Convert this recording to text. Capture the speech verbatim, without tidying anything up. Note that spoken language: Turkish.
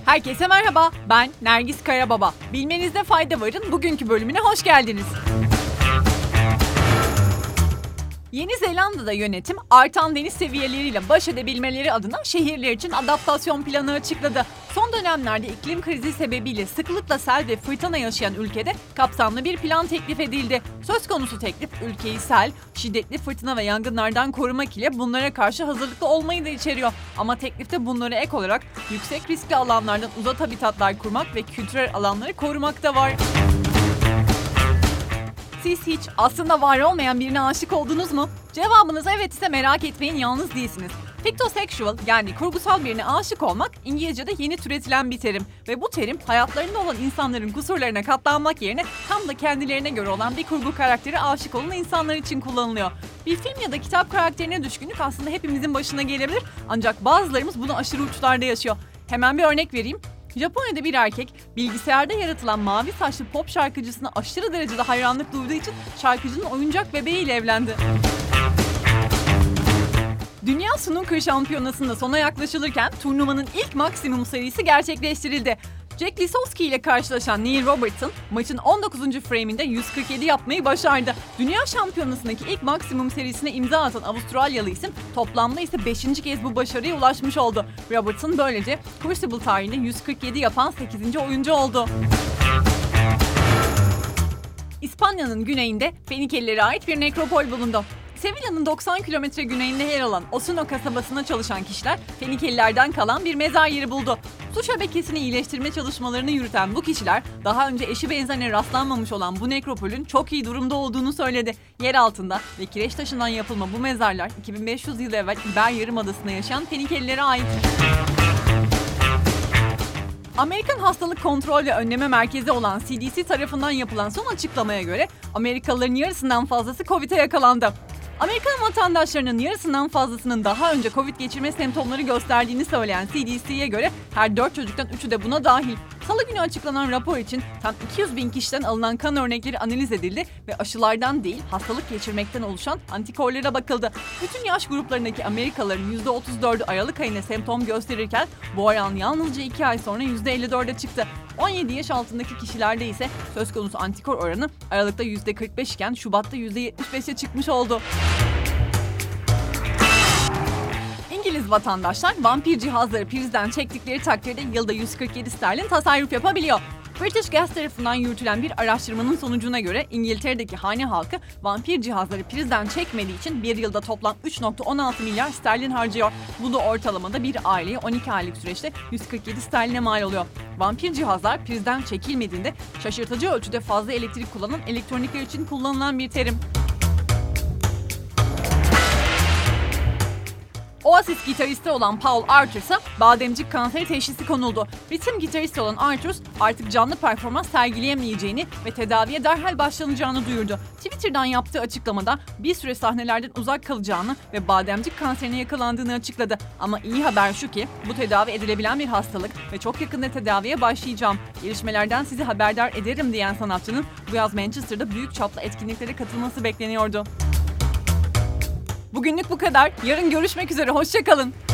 Herkese merhaba, ben Nergis Karababa. Bilmenizde fayda varın bugünkü bölümüne hoş geldiniz. Yeni Zelanda'da yönetim, artan deniz seviyeleriyle baş edebilmeleri adına şehirler için adaptasyon planı açıkladı. Son dönemlerde iklim krizi sebebiyle sıklıkla sel ve fırtına yaşayan ülkede kapsamlı bir plan teklif edildi. Söz konusu teklif, ülkeyi sel, şiddetli fırtına ve yangınlardan korumak ile bunlara karşı hazırlıklı olmayı da içeriyor. Ama teklifte bunlara ek olarak yüksek riskli alanlardan uzak habitatlar kurmak ve kültürel alanları korumak da var. Siz hiç aslında var olmayan birine aşık oldunuz mu? Cevabınız evet ise merak etmeyin, yalnız değilsiniz. Fictosexual yani kurgusal birine aşık olmak İngilizce'de yeni türetilen bir terim ve bu terim hayatlarında olan insanların kusurlarına katlanmak yerine tam da kendilerine göre olan bir kurgu karakteri aşık olan insanlar için kullanılıyor. Bir film ya da kitap karakterine düşkünlük aslında hepimizin başına gelebilir, ancak bazılarımız bunu aşırı uçlarda yaşıyor. Hemen bir örnek vereyim. Japonya'da bir erkek bilgisayarda yaratılan mavi saçlı pop şarkıcısına aşırı derecede hayranlık duyduğu için şarkıcının oyuncak bebeğiyle evlendi. Dünya Snooker Şampiyonası'nda sona yaklaşılırken turnuvanın ilk maksimum serisi gerçekleştirildi. Jack Lisowski ile karşılaşan Neil Robertson maçın on dokuzuncu frame'inde yüz kırk yedi yapmayı başardı. Dünya Şampiyonası'ndaki ilk maksimum serisine imza atan Avustralyalı isim toplamda ise beşinci kez bu başarıya ulaşmış oldu. Robertson böylece Crucible tarihinde yüz kırk yedi yapan sekizinci oyuncu oldu. İspanya'nın güneyinde Fenikelilere ait bir nekropol bulundu. Sevilla'nın doksan kilometre güneyinde yer alan Osuna kasabasına çalışan kişiler Fenikelilerden kalan bir mezar yeri buldu. Su şebekesini iyileştirme çalışmalarını yürüten bu kişiler daha önce eşi benzerine rastlanmamış olan bu nekropolün çok iyi durumda olduğunu söyledi. Yer altında ve kireç taşından yapılma bu mezarlar iki bin beş yüz yıl evvel İber Yarımadası'nda yaşayan Fenikelilere ait. Amerikan Hastalık Kontrol ve Önleme Merkezi olan C D C tarafından yapılan son açıklamaya göre Amerikalıların yarısından fazlası Covid'e yakalandı. Amerikan vatandaşlarının yarısından fazlasının daha önce Covid geçirme semptomları gösterdiğini söyleyen C D C'ye göre her dört çocuktan üçü de buna dahil. Salı günü açıklanan rapor için tam iki yüz bin kişiden alınan kan örnekleri analiz edildi ve aşılardan değil hastalık geçirmekten oluşan antikorlara bakıldı. Bütün yaş gruplarındaki Amerikalıların yüzde otuz dördü Aralık ayında semptom gösterirken bu oran yalnızca iki ay sonra yüzde elli dörde çıktı. on yedi yaş altındaki kişilerde ise söz konusu antikor oranı Aralık'ta yüzde kırk beş iken Şubat'ta yüzde yetmiş beşe çıkmış oldu. İngiliz vatandaşlar vampir cihazları prizden çektikleri takdirde yılda yüz kırk yedi sterlin tasarruf yapabiliyor. British Gas tarafından yürütülen bir araştırmanın sonucuna göre İngiltere'deki hane halkı vampir cihazları prizden çekmediği için bir yılda toplam üç virgül on altı milyar sterlin harcıyor. Bu da ortalamada bir aileye on iki aylık süreçte yüz kırk yedi sterline mal oluyor. Vampir cihazlar prizden çekilmediğinde şaşırtıcı ölçüde fazla elektrik kullanan elektronikler için kullanılan bir terim. Oasis gitaristi olan Paul Arturs'a bademcik kanseri teşhisi konuldu. Ritim gitaristi olan Arturs artık canlı performans sergileyemeyeceğini ve tedaviye derhal başlanacağını duyurdu. Twitter'dan yaptığı açıklamada bir süre sahnelerden uzak kalacağını ve bademcik kanserine yakalandığını açıkladı. Ama iyi haber şu ki bu tedavi edilebilen bir hastalık ve çok yakında tedaviye başlayacağım. Gelişmelerden sizi haberdar ederim diyen sanatçının bu yaz Manchester'da büyük çaplı etkinliklere katılması bekleniyordu. Bugünlük bu kadar. Yarın görüşmek üzere. Hoşça kalın.